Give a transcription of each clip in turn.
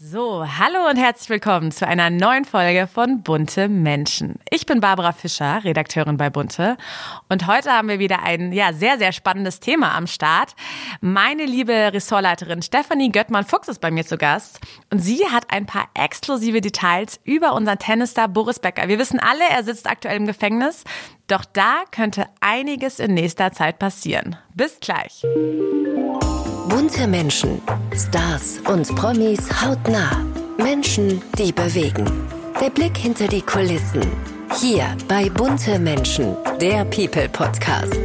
So, hallo und herzlich willkommen zu einer neuen Folge von Bunte Menschen. Ich bin Barbara Fischer, Redakteurin bei Bunte, und heute haben wir wieder ein sehr, sehr spannendes Thema am Start. Meine liebe Ressortleiterin Stefanie Göttmann-Fuchs ist bei mir zu Gast und sie hat ein paar exklusive Details über unseren Tennisstar Boris Becker. Wir wissen alle, er sitzt aktuell im Gefängnis, doch da könnte einiges in nächster Zeit passieren. Bis gleich. Bunte Menschen, Stars und Promis hautnah. Menschen, die bewegen. Der Blick hinter die Kulissen. Hier bei Bunte Menschen, der People-Podcast.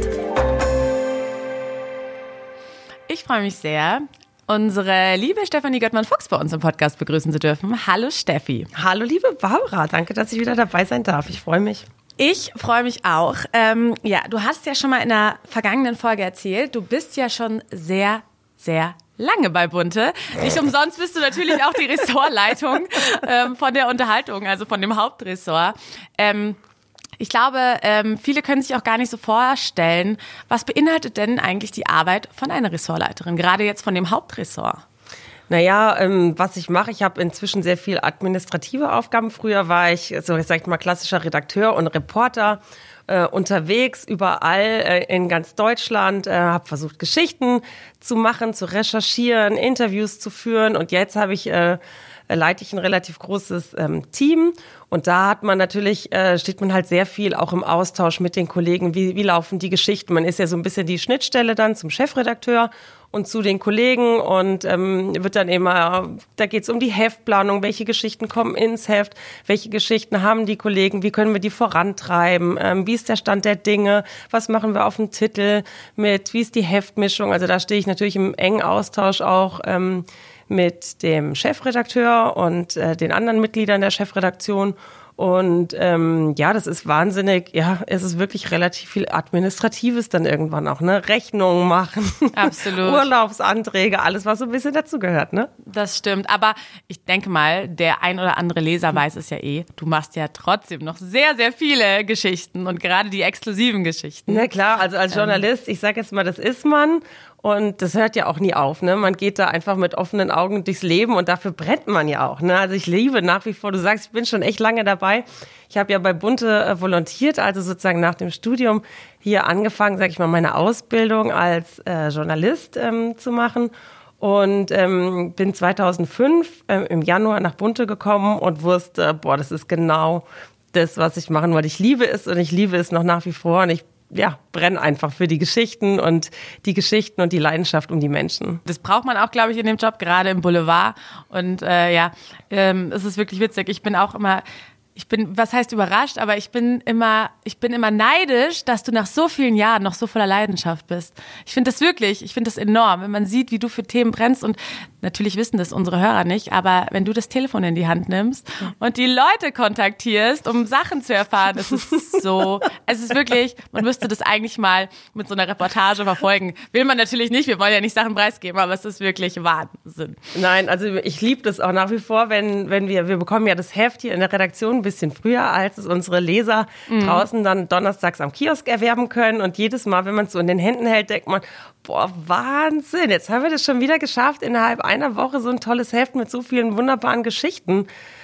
Ich freue mich sehr, unsere liebe Stefanie Göttmann-Fuchs bei uns im Podcast begrüßen zu dürfen. Hallo Steffi. Hallo liebe Barbara, danke, dass ich wieder dabei sein darf. Ich freue mich. Ich freue mich auch. Du hast ja schon mal in der vergangenen Folge erzählt, du bist ja schon sehr lange bei Bunte. Nicht umsonst bist du natürlich auch die Ressortleitung von der Unterhaltung, also von dem Hauptressort. Ich glaube, viele können sich auch gar nicht so vorstellen, was beinhaltet denn eigentlich die Arbeit von einer Ressortleiterin, gerade jetzt von dem Hauptressort? Naja, was ich mache, ich habe inzwischen sehr viel administrative Aufgaben. Früher war ich, sag ich mal, klassischer Redakteur und Reporter, unterwegs, überall in ganz Deutschland, habe versucht, Geschichten zu machen, zu recherchieren, Interviews zu führen, und jetzt leite ich ein relativ großes Team, und da hat man natürlich, steht man halt sehr viel auch im Austausch mit den Kollegen, wie laufen die Geschichten. Man ist ja so ein bisschen die Schnittstelle dann zum Chefredakteur und zu den Kollegen, und wird dann immer, da geht's um die Heftplanung, welche Geschichten kommen ins Heft, welche Geschichten haben die Kollegen, wie können wir die vorantreiben, wie ist der Stand der Dinge, was machen wir auf dem Titel mit, wie ist die Heftmischung, also da stehe ich natürlich im engen Austausch auch mit dem Chefredakteur und den anderen Mitgliedern der Chefredaktion. Und das ist wahnsinnig, es ist wirklich relativ viel Administratives dann irgendwann auch, ne? Rechnungen machen, absolut. Urlaubsanträge, alles, was so ein bisschen dazugehört, ne? Das stimmt, aber ich denke mal, der ein oder andere Leser weiß es ja du machst ja trotzdem noch sehr, sehr viele Geschichten und gerade die exklusiven Geschichten. Na klar, also als Journalist, ich sage jetzt mal, das ist man. Und das hört ja auch nie auf, ne? Man geht da einfach mit offenen Augen durchs Leben, und dafür brennt man ja auch, ne? Also ich liebe nach wie vor, du sagst, ich bin schon echt lange dabei. Ich habe ja bei Bunte volontiert, also sozusagen nach dem Studium hier angefangen, sag ich mal, meine Ausbildung als Journalist zu machen. Und bin 2005 im Januar nach Bunte gekommen und wusste, das ist genau das, was ich machen wollte. Ich liebe es, und ich liebe es noch nach wie vor, und ich brenne einfach für die Geschichten und die Leidenschaft um die Menschen. Das braucht man auch, glaube ich, in dem Job, gerade im Boulevard. Und es ist wirklich witzig. Was heißt überrascht, aber ich bin immer neidisch, dass du nach so vielen Jahren noch so voller Leidenschaft bist. Ich finde das enorm, wenn man sieht, wie du für Themen brennst, und natürlich wissen das unsere Hörer nicht, aber wenn du das Telefon in die Hand nimmst und die Leute kontaktierst, um Sachen zu erfahren, es ist wirklich, man müsste das eigentlich mal mit so einer Reportage verfolgen. Will man natürlich nicht, wir wollen ja nicht Sachen preisgeben, aber es ist wirklich Wahnsinn. Nein, also ich liebe das auch nach wie vor, wenn wir bekommen ja das Heft hier in der Redaktion ein bisschen früher, als es unsere Leser draußen dann donnerstags am Kiosk erwerben können, und jedes Mal, wenn man es so in den Händen hält, denkt man, Wahnsinn, jetzt haben wir das schon wieder geschafft, innerhalb einer Woche so ein tolles Heft mit so vielen wunderbaren Geschichten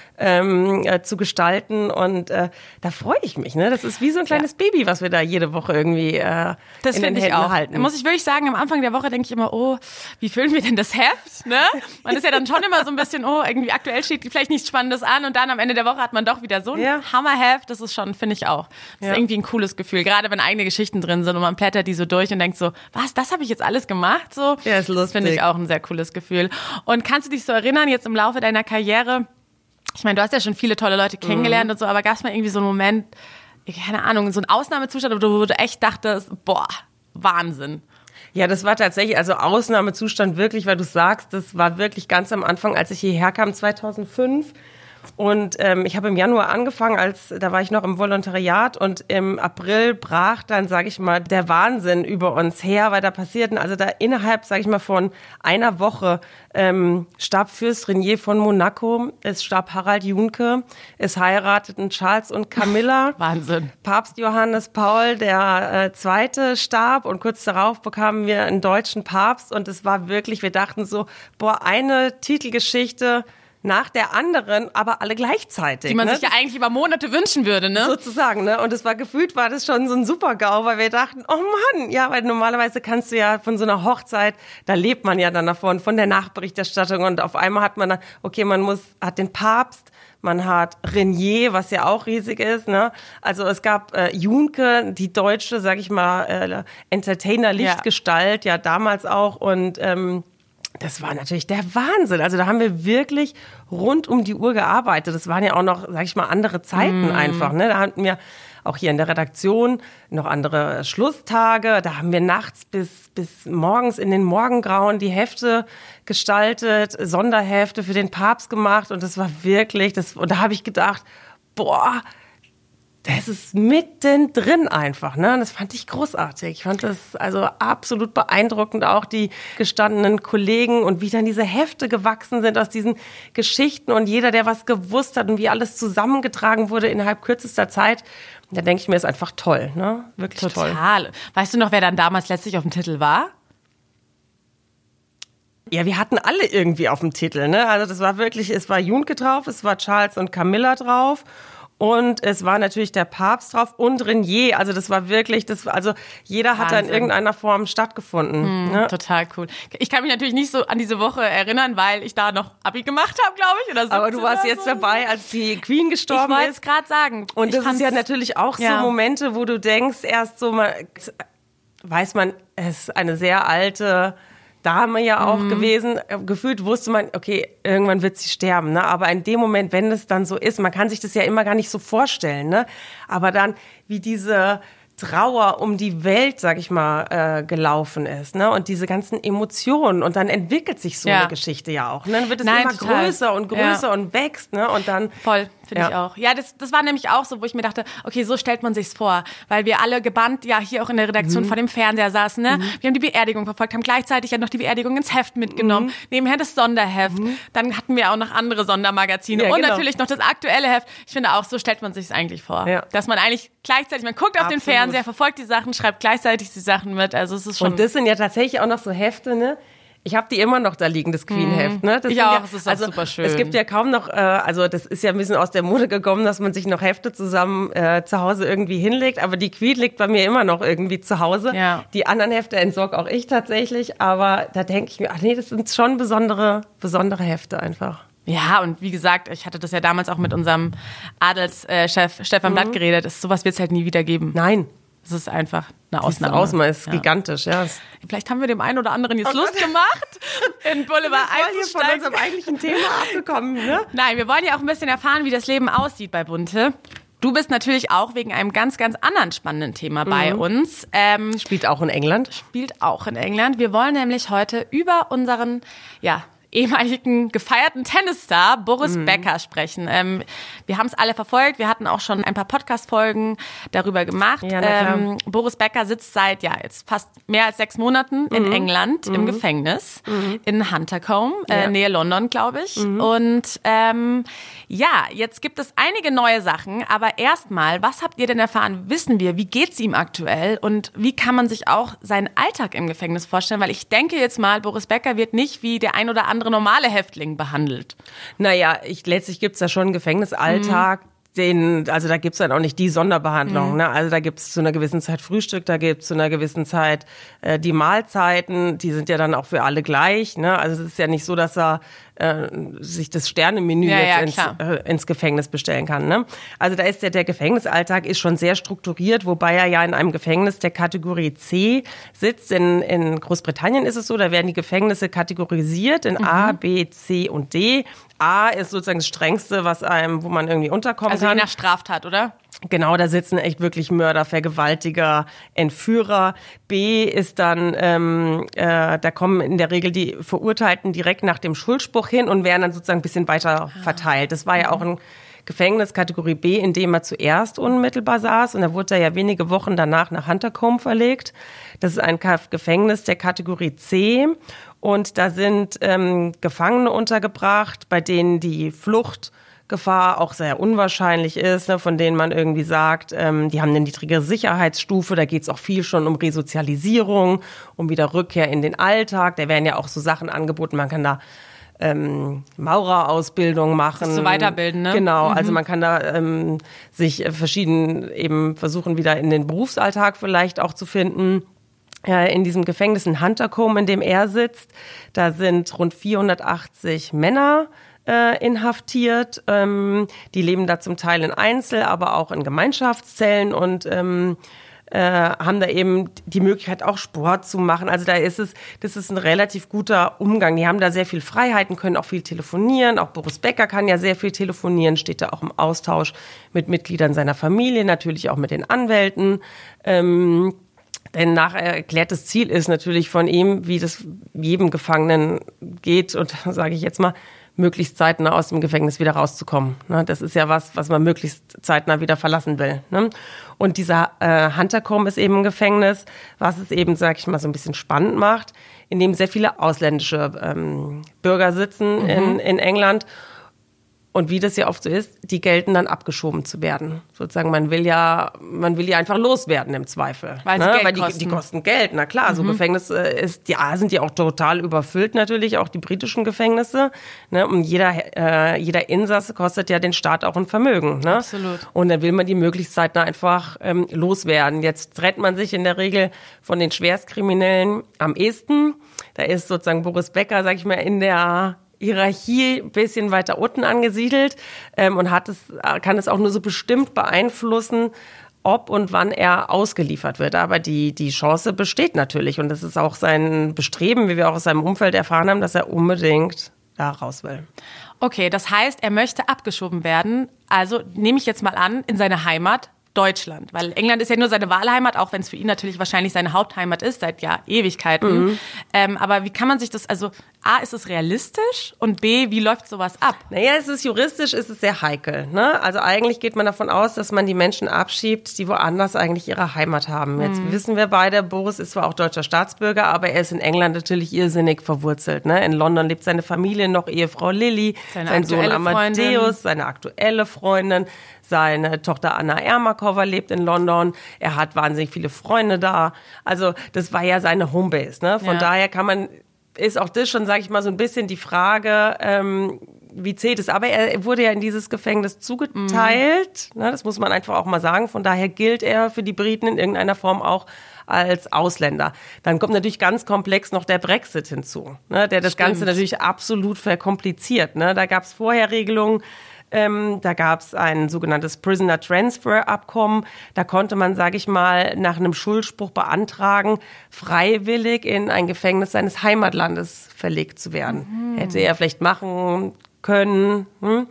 zu gestalten, und da freue ich mich, ne? Das ist wie so ein kleines Baby, was wir da jede Woche irgendwie in den Händen halten. Muss ich wirklich sagen, am Anfang der Woche denke ich immer, wie füllen wir denn das Heft, ne? Man ist ja dann schon immer so ein bisschen, irgendwie aktuell steht vielleicht nichts Spannendes an, und dann am Ende der Woche hat man doch wieder so ein Hammerheft. Das ist schon, finde ich auch. Das ist irgendwie ein cooles Gefühl, gerade wenn eigene Geschichten drin sind und man blättert die so durch und denkt so, was, das habe ich jetzt alles gemacht? So, ja, ist lustig. Das finde ich auch ein sehr cooles Gefühl. Und kannst du dich so erinnern, jetzt im Laufe deiner Karriere, ich meine, du hast ja schon viele tolle Leute kennengelernt und so, aber gab es mal irgendwie so einen Moment, keine Ahnung, so einen Ausnahmezustand, wo du echt dachtest, Wahnsinn. Ja, das war tatsächlich, also Ausnahmezustand wirklich, weil du sagst, das war wirklich ganz am Anfang, als ich hierher kam, 2005. Und ich habe im Januar angefangen, da war ich noch im Volontariat, und im April brach dann, sage ich mal, der Wahnsinn über uns her, weil da passierten, also da innerhalb, sage ich mal, von einer Woche starb Fürst Rainier von Monaco, es starb Harald Junke, es heirateten Charles und Camilla. Wahnsinn. Papst Johannes Paul der Zweite starb, und kurz darauf bekamen wir einen deutschen Papst, und es war wirklich, wir dachten so, eine Titelgeschichte nach der anderen, aber alle gleichzeitig. Die man ne? sich ja eigentlich über Monate wünschen würde, ne? Sozusagen, ne? Und gefühlt war das schon so ein Super-GAU, weil wir dachten, oh Mann, ja, weil normalerweise kannst du ja von so einer Hochzeit, da lebt man ja dann davon, von der Nachberichterstattung und auf einmal hat man dann, okay, hat den Papst, man hat Renier, was ja auch riesig ist, ne? Also es gab Junke, die deutsche, sag ich mal, Entertainer-Lichtgestalt, ja damals auch und das war natürlich der Wahnsinn. Also da haben wir wirklich rund um die Uhr gearbeitet. Das waren ja auch noch, sag ich mal, andere Zeiten einfach. Ne? Da hatten wir auch hier in der Redaktion noch andere Schlusstage. Da haben wir nachts bis morgens in den Morgengrauen die Hefte gestaltet, Sonderhefte für den Papst gemacht. Und das war wirklich, und da habe ich gedacht, boah, das ist mittendrin einfach, ne? Das fand ich großartig. Ich fand das also absolut beeindruckend, auch die gestandenen Kollegen und wie dann diese Hefte gewachsen sind aus diesen Geschichten und jeder, der was gewusst hat und wie alles zusammengetragen wurde innerhalb kürzester Zeit. Da denke ich mir, ist einfach toll, ne? Wirklich toll. Total. Weißt du noch, wer dann damals letztlich auf dem Titel war? Ja, wir hatten alle irgendwie auf dem Titel, ne? Also das war wirklich, es war Junke drauf, es war Charles und Camilla drauf. Und es war natürlich der Papst drauf und Renier. Also das war wirklich, also jeder hat da in irgendeiner Form stattgefunden. Ne? Total cool. Ich kann mich natürlich nicht so an diese Woche erinnern, weil ich da noch Abi gemacht habe, glaube ich. Oder aber du warst jetzt dabei, als die Queen gestorben ist. Ich wollte es gerade sagen. Und das ist ja natürlich auch so Momente, wo du denkst, erst so mal, weiß man, es ist eine sehr alte Dame ja auch gewesen. Gefühlt wusste man, okay, irgendwann wird sie sterben. Ne? Aber in dem Moment, wenn es dann so ist, man kann sich das ja immer gar nicht so vorstellen. Ne? Aber dann, wie diese Trauer um die Welt, sag ich mal, gelaufen ist, ne? Und diese ganzen Emotionen. Und dann entwickelt sich so eine Geschichte ja auch. Und dann wird es immer größer und größer und wächst, ne? Und dann. Voll. Finde ich auch. Ja, das war nämlich auch so, wo ich mir dachte, okay, so stellt man sich's vor. Weil wir alle gebannt ja hier auch in der Redaktion vor dem Fernseher saßen, ne? Wir haben die Beerdigung verfolgt, haben gleichzeitig ja noch die Beerdigung ins Heft mitgenommen. Nebenher das Sonderheft. Dann hatten wir auch noch andere Sondermagazine. Und natürlich noch das aktuelle Heft. Ich finde auch, so stellt man sich's eigentlich vor. Ja. Dass man eigentlich gleichzeitig, man guckt auf den Fernseher, verfolgt die Sachen, schreibt gleichzeitig die Sachen mit. Also es ist schon. Und das sind ja tatsächlich auch noch so Hefte, ne? Ich habe die immer noch da liegen, das Queen-Heft. Ne? Das ich auch, das ist auch super schön. Es gibt ja kaum noch, also das ist ja ein bisschen aus der Mode gekommen, dass man sich noch Hefte zusammen zu Hause irgendwie hinlegt. Aber die Queen liegt bei mir immer noch irgendwie zu Hause. Ja. Die anderen Hefte entsorge auch ich tatsächlich. Aber da denke ich mir, ach nee, das sind schon besondere Hefte einfach. Ja, und wie gesagt, ich hatte das ja damals auch mit unserem Adelschef Stefan Blatt geredet. Sowas wird es halt nie wieder geben. Nein. Das ist einfach eine Ausnahme. Das Ausmaß ist gigantisch, ja. Vielleicht haben wir dem einen oder anderen jetzt Lust gemacht, in Boulevard einzusteigen. Von unserem eigentlichen Thema abgekommen, ne? Nein, wir wollen ja auch ein bisschen erfahren, wie das Leben aussieht bei Bunte. Du bist natürlich auch wegen einem ganz, ganz anderen spannenden Thema bei uns. Spielt auch in England. Spielt auch in England. Wir wollen nämlich heute über unseren, ehemaligen gefeierten Tennisstar Boris Becker sprechen. Wir haben es alle verfolgt. Wir hatten auch schon ein paar Podcast-Folgen darüber gemacht. Ja, Boris Becker sitzt seit jetzt fast mehr als 6 Monaten in England im Gefängnis in Huntercombe, Nähe London, glaube ich. Und jetzt gibt es einige neue Sachen. Aber erstmal, was habt ihr denn erfahren? Wissen wir, wie geht's ihm aktuell? Und wie kann man sich auch seinen Alltag im Gefängnis vorstellen? Weil ich denke jetzt mal, Boris Becker wird nicht wie der ein oder andere normale Häftling behandelt. Naja, letztlich gibt's da schon einen Gefängnisalltag, also da gibt's dann auch nicht die Sonderbehandlung. Ne? Also da gibt's zu einer gewissen Zeit Frühstück, da gibt's zu einer gewissen Zeit die Mahlzeiten, die sind ja dann auch für alle gleich. Ne? Also es ist ja nicht so, dass er sich das Sternemenü ins Gefängnis bestellen kann. Ne? Also da ist der Gefängnisalltag ist schon sehr strukturiert, wobei er ja in einem Gefängnis der Kategorie C sitzt. In Großbritannien ist es so, da werden die Gefängnisse kategorisiert in A, B, C und D. A ist sozusagen das Strengste, wo man irgendwie unterkommen kann. Also je nach Straftat, oder? Genau, da sitzen echt wirklich Mörder, Vergewaltiger, Entführer. B ist dann, da kommen in der Regel die Verurteilten direkt nach dem Schuldspruch hin und werden dann sozusagen ein bisschen weiter verteilt. Das war ja auch ein Gefängnis Kategorie B, in dem er zuerst unmittelbar saß. Und da wurde er ja wenige Wochen danach nach Huntercombe verlegt. Das ist ein Gefängnis der Kategorie C. Und da sind Gefangene untergebracht, bei denen die Fluchtgefahr auch sehr unwahrscheinlich ist, ne, von denen man irgendwie sagt, die haben eine niedrige Sicherheitsstufe, da geht's auch viel schon um Resozialisierung, um wieder Rückkehr in den Alltag. Da werden ja auch so Sachen angeboten, man kann da Maurerausbildung machen. So weiterbilden, ne? Genau, also man kann da sich verschieden eben versuchen, wieder in den Berufsalltag vielleicht auch zu finden. In diesem Gefängnis in Huntercombe, in dem er sitzt, da sind rund 480 Männer inhaftiert. Die leben da zum Teil in Einzel-, aber auch in Gemeinschaftszellen und haben da eben die Möglichkeit, auch Sport zu machen. Also das ist ein relativ guter Umgang. Die haben da sehr viel Freiheiten, können auch viel telefonieren. Auch Boris Becker kann ja sehr viel telefonieren, steht da auch im Austausch mit Mitgliedern seiner Familie, natürlich auch mit den Anwälten. Denn erklärtes Ziel ist natürlich von ihm, wie das jedem Gefangenen geht und, sage ich jetzt mal, möglichst zeitnah aus dem Gefängnis wieder rauszukommen. Das ist ja was man möglichst zeitnah wieder verlassen will. Und dieser Huntercombe ist eben ein Gefängnis, was es eben, sage ich mal, so ein bisschen spannend macht, in dem sehr viele ausländische Bürger sitzen in England. Und wie das ja oft so ist, die gelten dann abgeschoben zu werden. Sozusagen, man will ja einfach loswerden im Zweifel. Weil die kosten Geld, na klar. So Gefängnisse sind ja auch total überfüllt natürlich, auch die britischen Gefängnisse. Und jeder Insasse kostet ja den Staat auch ein Vermögen. Ne? Absolut. Und dann will man die möglichst zeitnah einfach loswerden. Jetzt trennt man sich in der Regel von den Schwerstkriminellen am ehesten. Da ist sozusagen Boris Becker, sag ich mal, in der Hierarchie ein bisschen weiter unten angesiedelt und kann es auch nur so bestimmt beeinflussen, ob und wann er ausgeliefert wird. Aber die Chance besteht natürlich und das ist auch sein Bestreben, wie wir auch aus seinem Umfeld erfahren haben, dass er unbedingt da raus will. Okay, das heißt, er möchte abgeschoben werden. Also nehme ich jetzt mal an, in seine Heimat Deutschland. Weil England ist ja nur seine Wahlheimat, auch wenn es für ihn natürlich wahrscheinlich seine Hauptheimat ist, seit Ewigkeiten. Aber wie kann man sich das, also A, ist es realistisch und B, wie läuft sowas ab? Naja, juristisch ist es sehr heikel. Ne? Also eigentlich geht man davon aus, dass man die Menschen abschiebt, die woanders eigentlich ihre Heimat haben. Jetzt wissen wir beide, Boris ist zwar auch deutscher Staatsbürger, aber er ist in England natürlich irrsinnig verwurzelt. Ne? In London lebt seine Familie noch, Ehefrau Lilly, sein Sohn Amadeus, seine aktuelle Freundin. Seine Tochter Anna Ermakova lebt in London. Er hat wahnsinnig viele Freunde da. Also das war ja seine Homebase. Ne? Von daher ist auch das schon, sage ich mal, so ein bisschen die Frage, wie zählt es. Aber er wurde ja in dieses Gefängnis zugeteilt. Ne? Das muss man einfach auch mal sagen. Von daher gilt er für die Briten in irgendeiner Form auch als Ausländer. Dann kommt natürlich ganz komplex noch der Brexit hinzu, ne? Der das Ganze natürlich absolut verkompliziert. Ne? Da gab es Vorherregelungen. Da gab es ein sogenanntes Prisoner Transfer Abkommen. Da konnte man, sage ich mal, nach einem Schuldspruch beantragen, freiwillig in ein Gefängnis seines Heimatlandes verlegt zu werden. Hätte er vielleicht machen können.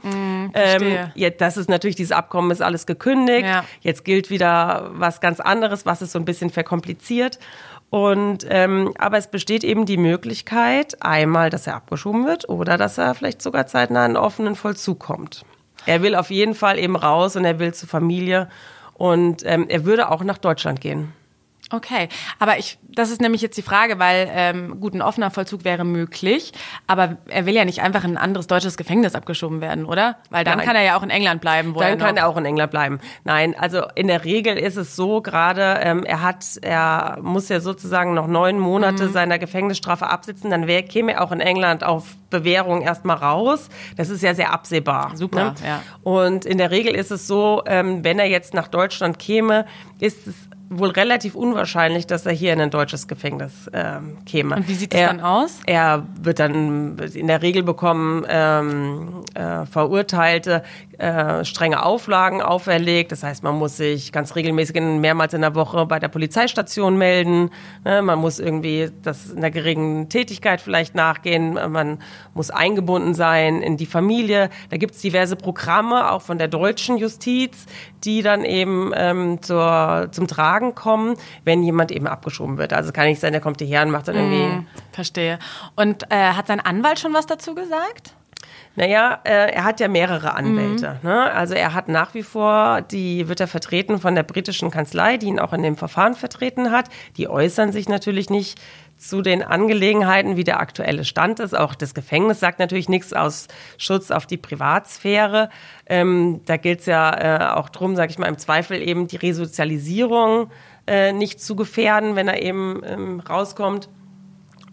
Das ist natürlich, dieses Abkommen ist alles gekündigt. Ja. Jetzt gilt wieder was ganz anderes, was es so ein bisschen verkompliziert. Und aber es besteht eben die Möglichkeit, einmal, dass er abgeschoben wird oder dass er vielleicht sogar zeitnah in einen offenen Vollzug kommt. Er will auf jeden Fall eben raus und er will zur Familie und er würde auch nach Deutschland gehen. Okay, aber das ist nämlich jetzt die Frage, weil ein offener Vollzug wäre möglich, aber er will ja nicht einfach in ein anderes deutsches Gefängnis abgeschoben werden, oder? Weil dann kann er ja auch in England bleiben. Dann kann er auch in England bleiben. Nein, also in der Regel ist es so, gerade er muss ja sozusagen noch 9 Monate seiner Gefängnisstrafe absitzen, dann käme er auch in England auf Bewährung erstmal raus. Das ist ja sehr absehbar. Super, ne? Ja. Und in der Regel ist es so, wenn er jetzt nach Deutschland käme, ist es wohl relativ unwahrscheinlich, dass er hier in ein deutsches Gefängnis käme. Und wie sieht das dann aus? Er wird dann in der Regel bekommen Verurteilte strenge Auflagen auferlegt. Das heißt, man muss sich ganz regelmäßig mehrmals in der Woche bei der Polizeistation melden. Man muss irgendwie in der geringen Tätigkeit vielleicht nachgehen. Man muss eingebunden sein in die Familie. Da gibt es diverse Programme, auch von der deutschen Justiz, die dann eben zum Tragen kommen, wenn jemand eben abgeschoben wird. Also kann nicht sein, der kommt hierher und macht dann irgendwie... Verstehe. Und hat sein Anwalt schon was dazu gesagt? Naja, er hat ja mehrere Anwälte. Ne? Also er hat nach wie vor, wird er vertreten von der britischen Kanzlei, die ihn auch in dem Verfahren vertreten hat. Die äußern sich natürlich nicht zu den Angelegenheiten, wie der aktuelle Stand ist. Auch das Gefängnis sagt natürlich nichts aus Schutz auf die Privatsphäre. Da gilt es ja auch drum, sage ich mal, im Zweifel eben die Resozialisierung nicht zu gefährden, wenn er eben rauskommt.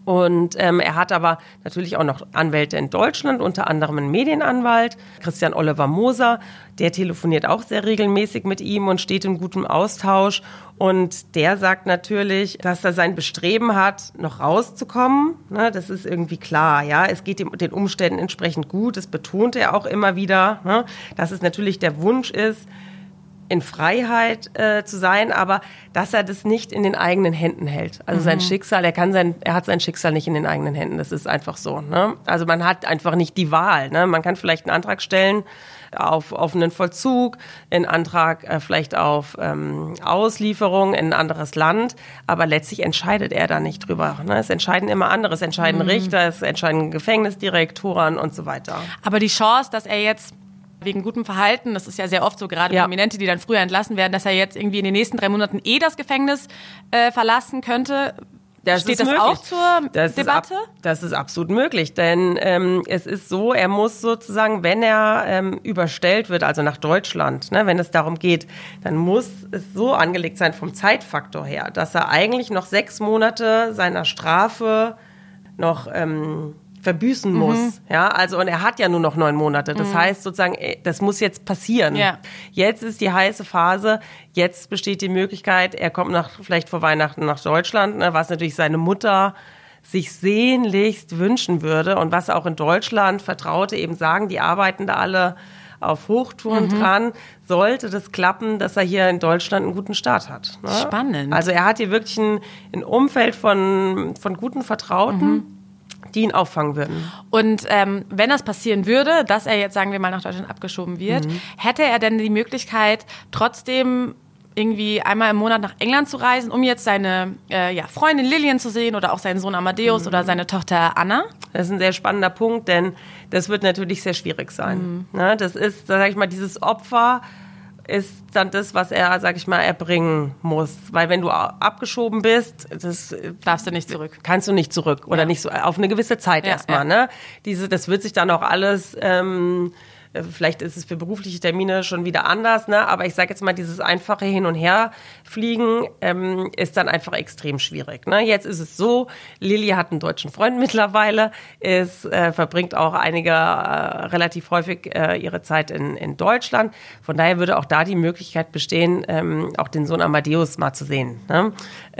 Und er hat aber natürlich auch noch Anwälte in Deutschland, unter anderem einen Medienanwalt, Christian Oliver Moser. Der telefoniert auch sehr regelmäßig mit ihm und steht in gutem Austausch. Und der sagt natürlich, dass er sein Bestreben hat, noch rauszukommen. Ne, das ist irgendwie klar. Ja, es geht den Umständen entsprechend gut. Das betont er auch immer wieder, ne, dass es natürlich der Wunsch ist, in Freiheit zu sein, aber dass er das nicht in den eigenen Händen hält. Also sein Schicksal, er hat sein Schicksal nicht in den eigenen Händen. Das ist einfach so. Ne? Also man hat einfach nicht die Wahl. Ne? Man kann vielleicht einen Antrag stellen auf einen Vollzug, einen Antrag vielleicht auf Auslieferung in ein anderes Land, aber letztlich entscheidet er da nicht drüber. Ne? Es entscheiden immer andere. Es entscheiden Richter, es entscheiden Gefängnisdirektoren und so weiter. Aber die Chance, dass er jetzt wegen gutem Verhalten, das ist ja sehr oft so, gerade Prominente, die dann früher entlassen werden, dass er jetzt irgendwie in den nächsten 3 Monaten das Gefängnis verlassen könnte. Steht das auch zur Debatte? Das ist absolut möglich, denn es ist so, er muss sozusagen, wenn er überstellt wird, also nach Deutschland, ne, wenn es darum geht, dann muss es so angelegt sein vom Zeitfaktor her, dass er eigentlich noch 6 Monate seiner Strafe noch verbüßen muss. Ja, also, und er hat ja nur noch 9 Monate. Das heißt sozusagen, das muss jetzt passieren. Ja. Jetzt ist die heiße Phase. Jetzt besteht die Möglichkeit, er kommt vielleicht vor Weihnachten nach Deutschland, ne, was natürlich seine Mutter sich sehnlichst wünschen würde und was auch in Deutschland Vertraute eben sagen, die arbeiten da alle auf Hochtouren dran, sollte das klappen, dass er hier in Deutschland einen guten Start hat. Ne? Spannend. Also er hat hier wirklich ein Umfeld von guten Vertrauten, die ihn auffangen würden. Und wenn das passieren würde, dass er jetzt, sagen wir mal, nach Deutschland abgeschoben wird, hätte er denn die Möglichkeit, trotzdem irgendwie einmal im Monat nach England zu reisen, um jetzt seine Freundin Lillian zu sehen oder auch seinen Sohn Amadeus oder seine Tochter Anna? Das ist ein sehr spannender Punkt, denn das wird natürlich sehr schwierig sein. Ne? Das ist, sag ich mal, dieses Opfer ist dann das, was er, sag ich mal, erbringen muss. Weil wenn du abgeschoben bist, das darfst du nicht zurück. Kannst du nicht zurück oder nicht so auf eine gewisse Zeit erstmal. Ne? Das wird sich dann auch alles vielleicht ist es für berufliche Termine schon wieder anders, ne? Aber ich sage jetzt mal, dieses einfache Hin- und Herfliegen ist dann einfach extrem schwierig. Ne? Jetzt ist es so, Lilly hat einen deutschen Freund mittlerweile, verbringt auch relativ häufig ihre Zeit in Deutschland. Von daher würde auch da die Möglichkeit bestehen, auch den Sohn Amadeus mal zu sehen. Ne?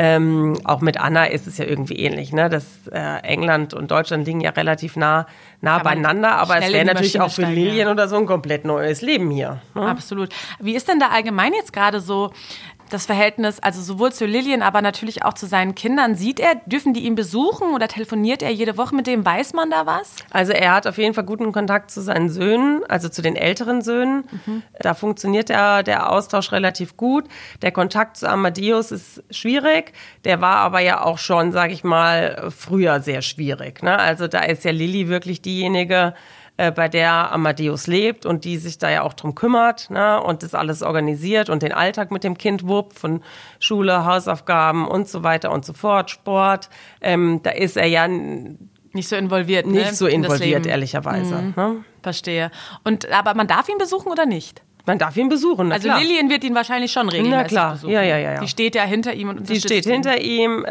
Auch mit Anna ist es ja irgendwie ähnlich. Ne? England und Deutschland liegen ja relativ nah beieinander, aber es wäre natürlich auch für Lillian oder so ein komplett neues Leben hier. Ne? Absolut. Wie ist denn da allgemein jetzt gerade so das Verhältnis, also sowohl zu Lillian, aber natürlich auch zu seinen Kindern? Dürfen die ihn besuchen oder telefoniert er jede Woche mit dem? Weiß man da was? Also er hat auf jeden Fall guten Kontakt zu seinen Söhnen, also zu den älteren Söhnen. Da funktioniert der Austausch relativ gut. Der Kontakt zu Amadeus ist schwierig. Der war aber ja auch schon, sage ich mal, früher sehr schwierig. Ne? Also da ist ja Lilly wirklich diejenige, bei der Amadeus lebt und die sich da ja auch drum kümmert, ne, und das alles organisiert und den Alltag mit dem Kind wuppt, von Schule, Hausaufgaben und so weiter und so fort, Sport. Da ist er ja nicht so involviert, nicht so involviert, ehrlicherweise. Ne? Verstehe. Aber man darf ihn besuchen oder nicht? Man darf ihn besuchen, na klar. Also Lillian wird ihn wahrscheinlich schon regelmäßig besuchen. Ja. Die steht ja hinter ihm und unterstützt ihn. Die steht hinter ihm.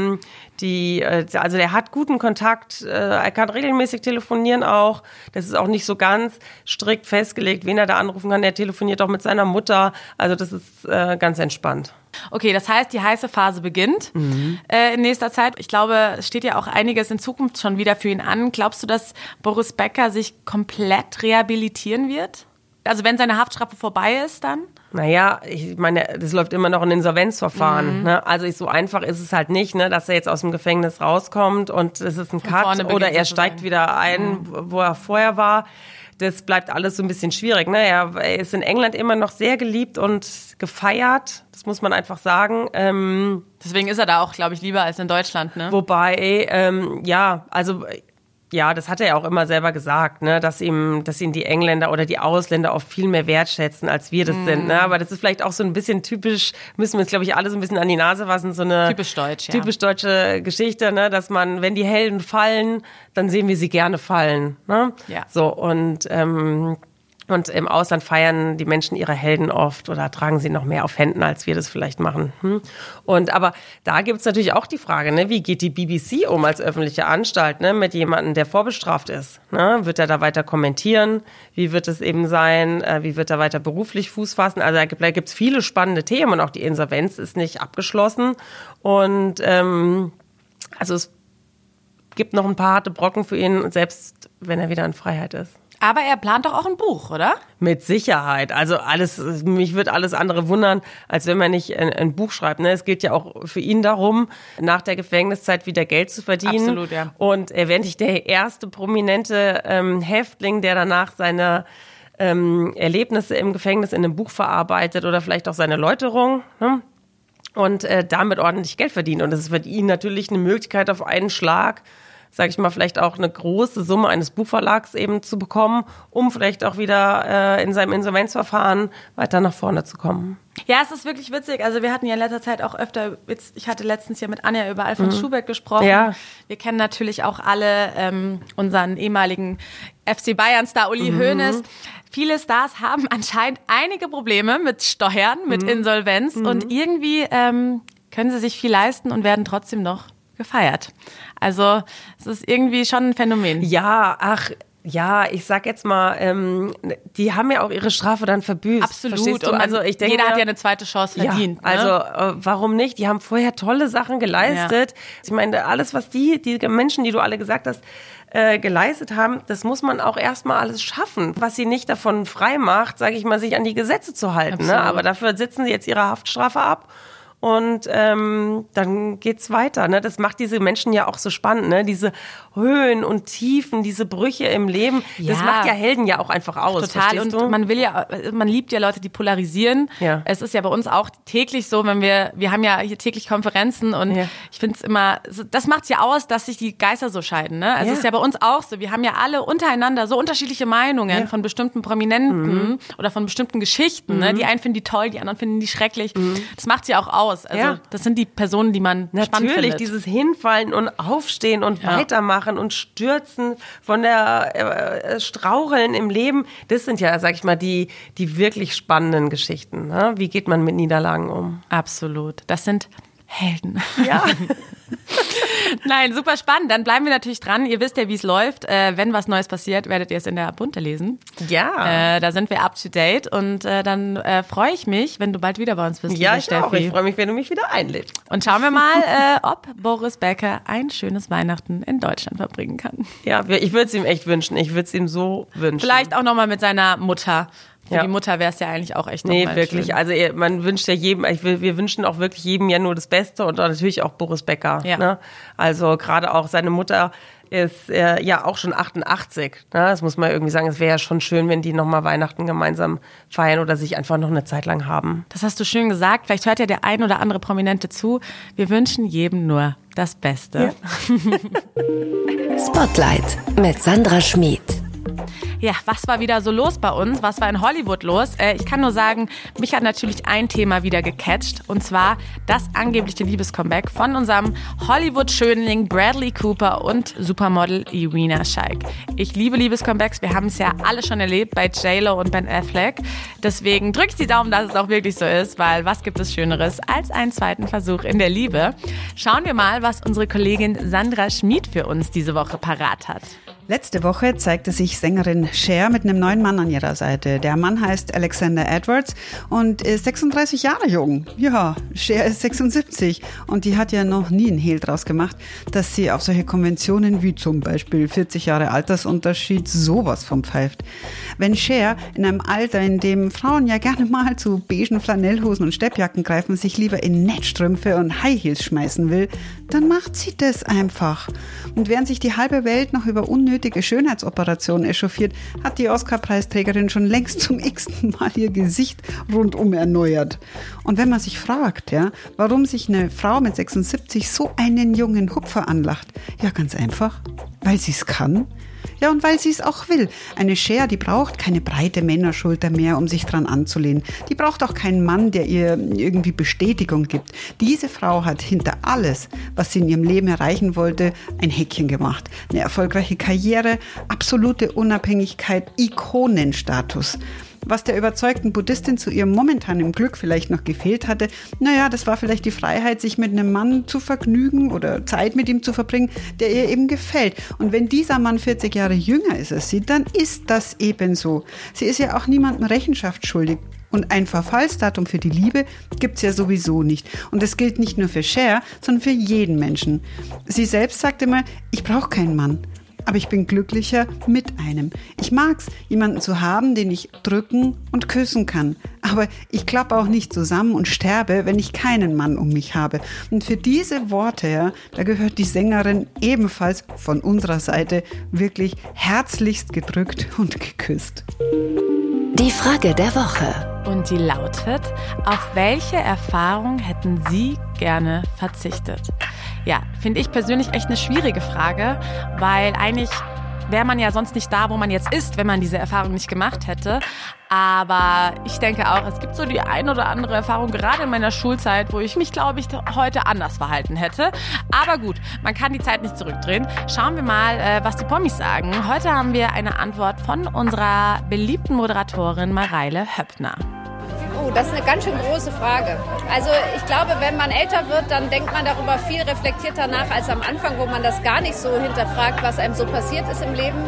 Also der hat guten Kontakt. Er kann regelmäßig telefonieren auch. Das ist auch nicht so ganz strikt festgelegt, wen er da anrufen kann. Er telefoniert auch mit seiner Mutter. Also das ist ganz entspannt. Okay, das heißt, die heiße Phase beginnt in nächster Zeit. Ich glaube, es steht ja auch einiges in Zukunft schon wieder für ihn an. Glaubst du, dass Boris Becker sich komplett rehabilitieren wird? Also wenn seine Haftstrafe vorbei ist dann? Naja, ich meine, das läuft immer noch ein Insolvenzverfahren. Ne? Also so einfach ist es halt nicht, ne, dass er jetzt aus dem Gefängnis rauskommt und es ist ein Cut oder er steigt wieder ein, wo er vorher war. Das bleibt alles so ein bisschen schwierig. Ne? Er ist in England immer noch sehr geliebt und gefeiert. Das muss man einfach sagen. Deswegen ist er da auch, glaube ich, lieber als in Deutschland. Ne? Wobei, das hat er ja auch immer selber gesagt, ne, dass ihn die Engländer oder die Ausländer oft viel mehr wertschätzen, als wir das sind. Ne? Aber das ist vielleicht auch so ein bisschen typisch, müssen wir uns, glaube ich, alle so ein bisschen an die Nase fassen, so eine typisch deutsche Geschichte, ne, dass man, wenn die Helden fallen, dann sehen wir sie gerne fallen. Ne? Ja. So, und Und im Ausland feiern die Menschen ihre Helden oft oder tragen sie noch mehr auf Händen, als wir das vielleicht machen. Aber da gibt es natürlich auch die Frage, ne, wie geht die BBC um als öffentliche Anstalt, ne, mit jemandem, der vorbestraft ist? Ne? Wird er da weiter kommentieren? Wie wird es eben sein? Wie wird er weiter beruflich Fuß fassen? Also da gibt es viele spannende Themen und auch die Insolvenz ist nicht abgeschlossen. Und also es gibt noch ein paar harte Brocken für ihn, selbst wenn er wieder in Freiheit ist. Aber er plant doch auch ein Buch, oder? Mit Sicherheit. Also mich wird alles andere wundern, als wenn man nicht ein Buch schreibt. Ne? Es geht ja auch für ihn darum, nach der Gefängniszeit wieder Geld zu verdienen. Absolut, ja. Und er wäre nicht der erste prominente Häftling, der danach seine Erlebnisse im Gefängnis in einem Buch verarbeitet oder vielleicht auch seine Läuterung. Ne? Und damit ordentlich Geld verdient. Und das ist für ihn natürlich eine Möglichkeit auf einen Schlag, sage ich mal, vielleicht auch eine große Summe eines Buchverlags eben zu bekommen, um vielleicht auch wieder in seinem Insolvenzverfahren weiter nach vorne zu kommen. Ja, es ist wirklich witzig. Also wir hatten ja in letzter Zeit auch öfter, ich hatte letztens ja mit Anja über Alfons Schubeck gesprochen. Ja. Wir kennen natürlich auch alle unseren ehemaligen FC Bayern-Star Uli Hoeneß. Viele Stars haben anscheinend einige Probleme mit Steuern, mit Insolvenz und irgendwie können sie sich viel leisten und werden trotzdem noch gefeiert. Also es ist irgendwie schon ein Phänomen. Ja, ich sag jetzt mal, die haben ja auch ihre Strafe dann verbüßt. Absolut. Und also ich denke, jeder hat ja eine zweite Chance verdient. Ja, also warum nicht? Die haben vorher tolle Sachen geleistet. Ja. Ich meine, alles, was die Menschen, die du alle gesagt hast, geleistet haben, das muss man auch erstmal alles schaffen. Was sie nicht davon frei macht, sage ich mal, sich an die Gesetze zu halten. Ne? Aber dafür sitzen sie jetzt ihre Haftstrafe ab. Und dann geht's weiter. Ne? Das macht diese Menschen ja auch so spannend. Ne? Diese Höhen und Tiefen, diese Brüche im Leben. Ja. Das macht ja Helden ja auch einfach aus. Total. Und du? Man liebt ja Leute, die polarisieren. Ja. Es ist ja bei uns auch täglich so, wenn wir haben ja hier täglich Konferenzen und ich finde es immer, das macht's ja aus, dass sich die Geister so scheiden. Ne? Also es ist ja bei uns auch so. Wir haben ja alle untereinander so unterschiedliche Meinungen von bestimmten Prominenten oder von bestimmten Geschichten. Ne? Die einen finden die toll, die anderen finden die schrecklich. Das macht's ja auch aus. Also das sind die Personen, die man spannend findet. Natürlich, dieses Hinfallen und Aufstehen und weitermachen und Stürzen von der Straucheln im Leben, das sind ja, sag ich mal, die wirklich spannenden Geschichten. Ne? Wie geht man mit Niederlagen um? Absolut. Das sind Helden. Ja. Nein, super spannend. Dann bleiben wir natürlich dran. Ihr wisst ja, wie es läuft. Wenn was Neues passiert, werdet ihr es in der Bunte lesen. Ja. Da sind wir up to date und dann freue ich mich, wenn du bald wieder bei uns bist. Ja, ich auch. Ich freue mich, wenn du mich wieder einlädst. Und schauen wir mal, ob Boris Becker ein schönes Weihnachten in Deutschland verbringen kann. Ja, ich würde es ihm echt wünschen. Ich würde es ihm so wünschen. Vielleicht auch nochmal mit seiner Mutter. Für die Mutter wäre es ja eigentlich auch echt Nee, wirklich. Schön. Also man wünscht ja jedem, wir wünschen auch wirklich jedem ja nur das Beste und natürlich auch Boris Becker. Ja. Ne? Also gerade auch seine Mutter ist ja auch schon 88. Ne? Das muss man irgendwie sagen. Es wäre ja schon schön, wenn die nochmal Weihnachten gemeinsam feiern oder sich einfach noch eine Zeit lang haben. Das hast du schön gesagt. Vielleicht hört ja der ein oder andere Prominente zu. Wir wünschen jedem nur das Beste. Ja. Spotlight mit Sandra Schmid. Ja, was war wieder so los bei uns? Was war in Hollywood los? Ich kann nur sagen, mich hat natürlich ein Thema wieder gecatcht. Und zwar das angebliche Liebescomeback von unserem Hollywood-Schönling Bradley Cooper und Supermodel Irina Shayk. Ich liebe Liebescomebacks. Wir haben es ja alle schon erlebt bei J.Lo und Ben Affleck. Deswegen drückt die Daumen, dass es auch wirklich so ist, weil was gibt es Schöneres als einen zweiten Versuch in der Liebe? Schauen wir mal, was unsere Kollegin Sandra Schmid für uns diese Woche parat hat. Letzte Woche zeigte sich Sängerin Cher mit einem neuen Mann an ihrer Seite. Der Mann heißt Alexander Edwards und ist 36 Jahre jung. Ja, Cher ist 76 und die hat ja noch nie einen Hehl draus gemacht, dass sie auf solche Konventionen wie zum Beispiel 40 Jahre Altersunterschied sowas von pfeift. Wenn Cher in einem Alter, in dem Frauen ja gerne mal zu beigen Flanellhosen und Steppjacken greifen, sich lieber in Netzstrümpfe und High Heels schmeißen will, dann macht sie das einfach. Und während sich die halbe Welt noch über unnötige Schönheitsoperationen echauffiert, hat die Oscar-Preisträgerin schon längst zum x-ten Mal ihr Gesicht rundum erneuert. Und wenn man sich fragt, ja, warum sich eine Frau mit 76 so einen jungen Hupfer anlacht, ja ganz einfach, weil sie es kann. Ja, und weil sie es auch will. Eine Cher, die braucht keine breite Männerschulter mehr, um sich dran anzulehnen. Die braucht auch keinen Mann, der ihr irgendwie Bestätigung gibt. Diese Frau hat hinter alles, was sie in ihrem Leben erreichen wollte, ein Häkchen gemacht. Eine erfolgreiche Karriere, absolute Unabhängigkeit, Ikonenstatus. Was der überzeugten Buddhistin zu ihrem momentanen Glück vielleicht noch gefehlt hatte, naja, das war vielleicht die Freiheit, sich mit einem Mann zu vergnügen oder Zeit mit ihm zu verbringen, der ihr eben gefällt. Und wenn dieser Mann 40 Jahre jünger ist als sie, dann ist das eben so. Sie ist ja auch niemandem Rechenschaft schuldig. Und ein Verfallsdatum für die Liebe gibt's ja sowieso nicht. Und das gilt nicht nur für Cher, sondern für jeden Menschen. Sie selbst sagt immer, ich brauche keinen Mann. Aber ich bin glücklicher mit einem. Ich mag's, jemanden zu haben, den ich drücken und küssen kann. Aber ich klappe auch nicht zusammen und sterbe, wenn ich keinen Mann um mich habe. Und für diese Worte, ja, da gehört die Sängerin ebenfalls von unserer Seite wirklich herzlichst gedrückt und geküsst. Die Frage der Woche. Und die lautet, auf welche Erfahrung hätten Sie gerne verzichtet? Ja, finde ich persönlich echt eine schwierige Frage, weil eigentlich wäre man ja sonst nicht da, wo man jetzt ist, wenn man diese Erfahrung nicht gemacht hätte. Aber ich denke auch, es gibt so die ein oder andere Erfahrung, gerade in meiner Schulzeit, wo ich mich, glaube ich, heute anders verhalten hätte. Aber gut, man kann die Zeit nicht zurückdrehen. Schauen wir mal, was die Promis sagen. Heute haben wir eine Antwort von unserer beliebten Moderatorin Mareile Höppner. Oh, das ist eine ganz schön große Frage. Also ich glaube, wenn man älter wird, dann denkt man darüber viel reflektierter nach als am Anfang, wo man das gar nicht so hinterfragt, was einem so passiert ist im Leben.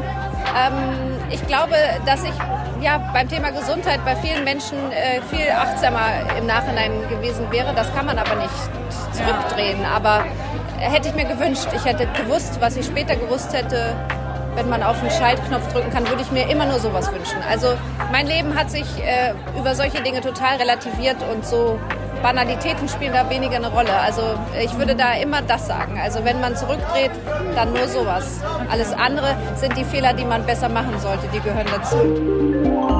Ich glaube, dass ich beim Thema Gesundheit bei vielen Menschen viel achtsamer im Nachhinein gewesen wäre. Das kann man aber nicht zurückdrehen. Aber hätte ich mir gewünscht, ich hätte gewusst, was ich später gewusst hätte. Wenn man auf den Schaltknopf drücken kann, würde ich mir immer nur sowas wünschen. Also mein Leben hat sich über solche Dinge total relativiert und so Banalitäten spielen da weniger eine Rolle. Also ich würde da immer das sagen. Also wenn man zurückdreht, dann nur sowas. Alles andere sind die Fehler, die man besser machen sollte. Die gehören dazu.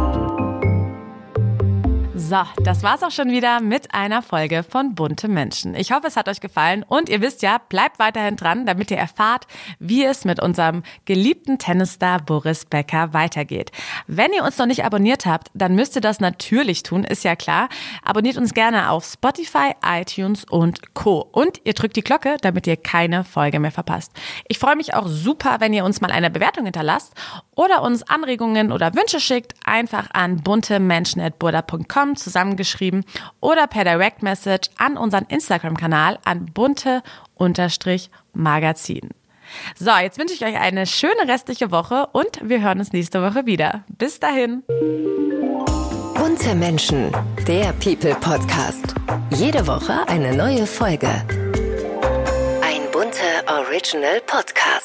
So, das war's auch schon wieder mit einer Folge von Bunte Menschen. Ich hoffe, es hat euch gefallen und ihr wisst ja, bleibt weiterhin dran, damit ihr erfahrt, wie es mit unserem geliebten Tennisstar Boris Becker weitergeht. Wenn ihr uns noch nicht abonniert habt, dann müsst ihr das natürlich tun, ist ja klar. Abonniert uns gerne auf Spotify, iTunes und Co. Und ihr drückt die Glocke, damit ihr keine Folge mehr verpasst. Ich freue mich auch super, wenn ihr uns mal eine Bewertung hinterlasst oder uns Anregungen oder Wünsche schickt, einfach an buntemenschen@burda.com zusammengeschrieben oder per Direct Message an unseren Instagram-Kanal an bunte_magazin. So, jetzt wünsche ich euch eine schöne restliche Woche und wir hören uns nächste Woche wieder. Bis dahin. Bunte Menschen, der People-Podcast. Jede Woche eine neue Folge. Ein bunter Original Podcast.